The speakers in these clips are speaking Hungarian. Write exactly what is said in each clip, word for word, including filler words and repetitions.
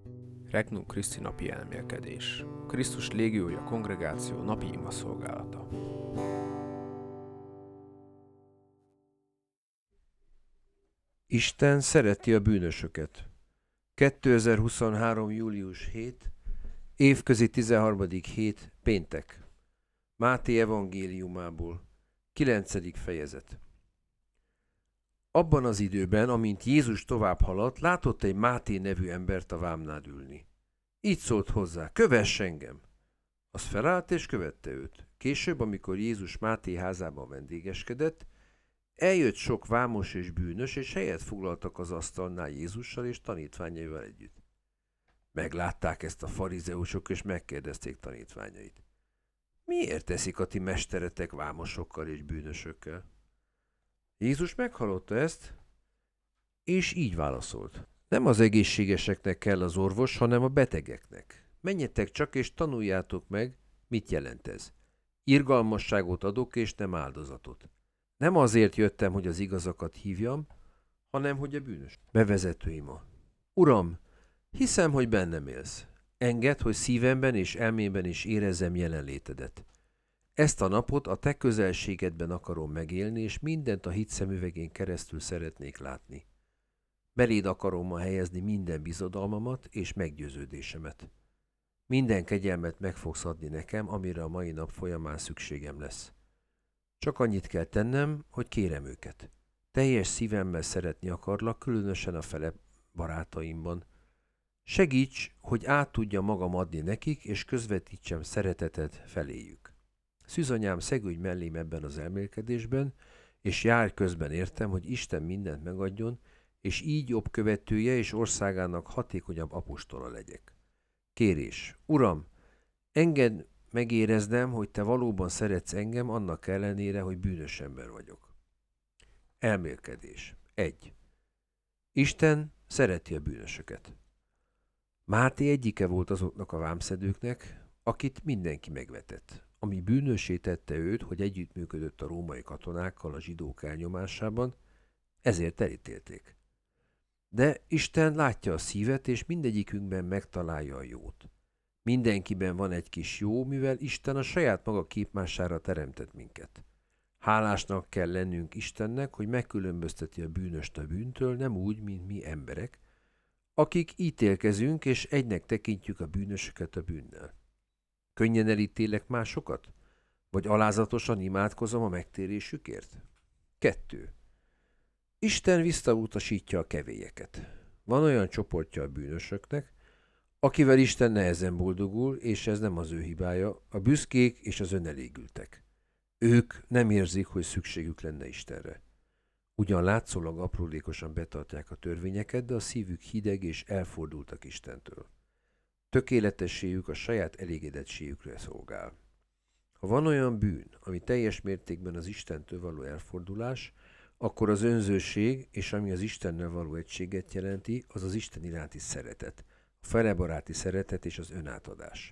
Regnum Christi napi elmélkedés. Krisztus légiója kongregáció napi ima szolgálata. Isten szereti a bűnösöket. kétezer-huszonhárom. július hetedike, évközi tizenharmadik hét, péntek. Máté evangéliumából, kilencedik fejezet. Abban az időben, amint Jézus tovább haladt, látott egy Máté nevű embert a vámnál ülni. Így szólt hozzá: kövess engem! Az felállt és követte őt. Később, amikor Jézus Máté házában vendégeskedett, eljött sok vámos és bűnös, és helyet foglaltak az asztalnál Jézussal és tanítványaival együtt. Meglátták ezt a farizeusok, és megkérdezték tanítványait: miért teszik a ti mesteretek vámosokkal és bűnösökkel? Jézus meghallotta ezt, és így válaszolt: nem az egészségeseknek kell az orvos, hanem a betegeknek. Menjetek csak, és tanuljátok meg, mit jelent ez. Irgalmasságot adok, és nem áldozatot. Nem azért jöttem, hogy az igazakat hívjam, hanem hogy a bűnös. Bevezető ima. Uram, hiszem, hogy bennem élsz. Engedd, hogy szívemben és elmémben is érezzem jelenlétedet. Ezt a napot a te közelségedben akarom megélni, és mindent a hit szemüvegén keresztül szeretnék látni. Beléd akarom ma helyezni minden bizodalmamat és meggyőződésemet. Minden kegyelmet meg fogsz adni nekem, amire a mai nap folyamán szükségem lesz. Csak annyit kell tennem, hogy kérem őket. Teljes szívemmel szeretni akarlak, különösen a fele barátaimban. Segíts, hogy át tudja magam adni nekik, és közvetítsem szeretetet feléjük. Szűzanyám, szegődj mellém ebben az elmélkedésben, és járj közben értem, hogy Isten mindent megadjon, és így jobb követője és országának hatékonyabb apostola legyek. Kérés. Uram, engedd megéreznem, hogy te valóban szeretsz engem, annak ellenére, hogy bűnös ember vagyok. Elmélkedés. egy. Isten szereti a bűnösöket. Máté egyike volt azoknak a vámszedőknek, akit mindenki megvetett, ami bűnössé tette őt, hogy együttműködött a római katonákkal a zsidók elnyomásában, ezért elítélték. De Isten látja a szívet, és mindegyikünkben megtalálja a jót. Mindenkiben van egy kis jó, mivel Isten a saját maga képmására teremtett minket. Hálásnak kell lennünk Istennek, hogy megkülönbözteti a bűnöst a bűntől, nem úgy, mint mi emberek, akik ítélkezünk, és egynek tekintjük a bűnösöket a bűnnel. Könnyen elítélek másokat? Vagy alázatosan imádkozom a megtérésükért? kettő. Isten visszautasítja a kevélyeket. Van olyan csoportja a bűnösöknek, akivel Isten nehezen boldogul, és ez nem az ő hibája, a büszkék és az önelégültek. Ők nem érzik, hogy szükségük lenne Istenre. Ugyan látszólag aprólékosan betartják a törvényeket, de a szívük hideg és elfordultak Istentől. Tökéletességük a saját elégedettségükre szolgál. Ha van olyan bűn, ami teljes mértékben az Istentől való elfordulás, akkor az önzőség, és ami az Istennel való egységet jelenti, az az Isten iránti szeretet, a felebaráti szeretet és az önátadás.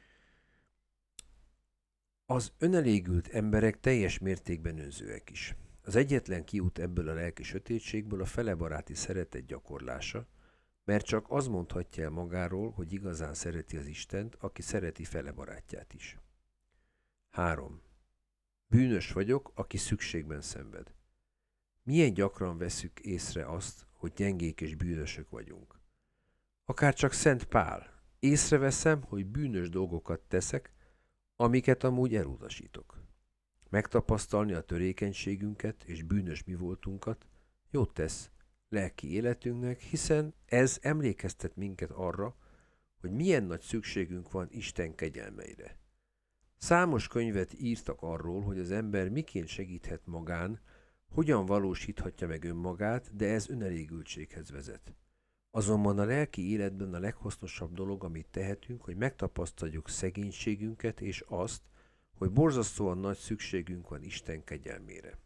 Az önelégült emberek teljes mértékben önzőek is. Az egyetlen kiút ebből a lelki sötétségből a felebaráti szeretet gyakorlása, mert csak az mondhatja el magáról, hogy igazán szereti az Istent, aki szereti felebarátját is. három. Bűnös vagyok, aki szükségben szenved. Milyen gyakran vesszük észre azt, hogy gyengék és bűnösök vagyunk. Akár csak Szent Pál. Észreveszem, hogy bűnös dolgokat teszek, amiket amúgy elutasítok. Megtapasztalni a törékenységünket és bűnös mi voltunkat jót tesz lelki életünknek, hiszen ez emlékeztet minket arra, hogy milyen nagy szükségünk van Isten kegyelmeire. Számos könyvet írtak arról, hogy az ember miként segíthet magán, hogyan valósíthatja meg önmagát, de ez önelégültséghez vezet. Azonban a lelki életben a leghasznosabb dolog, amit tehetünk, hogy megtapasztaljuk szegénységünket és azt, hogy borzasztóan nagy szükségünk van Isten kegyelmére.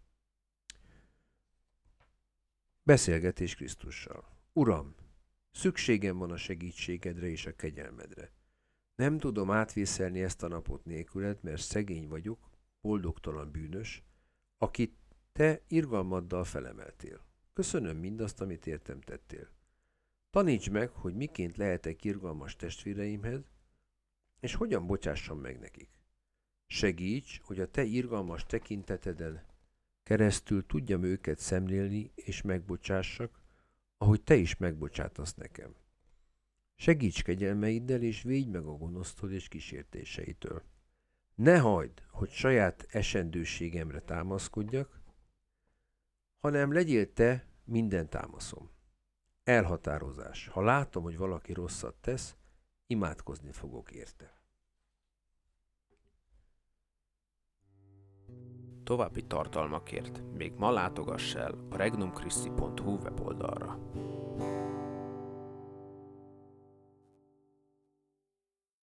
Beszélgetés Krisztussal. Uram, szükségem van a segítségedre és a kegyelmedre. Nem tudom átvészelni ezt a napot nélküled, mert szegény vagyok, boldogtalan bűnös, akit te irgalmaddal felemeltél. Köszönöm mindazt, amit értem tettél. Taníts meg, hogy miként lehetek irgalmas testvéreimhez, és hogyan bocsássam meg nekik. Segíts, hogy a te irgalmas tekinteteden keresztül tudjam őket szemlélni és megbocsássak, ahogy te is megbocsátasz nekem. Segíts kegyelmeiddel, és védj meg a gonosztól és kísértéseitől. Ne hagyd, hogy saját esendőségemre támaszkodjak, hanem legyél te minden támaszom. Elhatározás. Ha látom, hogy valaki rosszat tesz, imádkozni fogok érte. További tartalmakért még ma látogass el a regnumchristi pont hu weboldalra.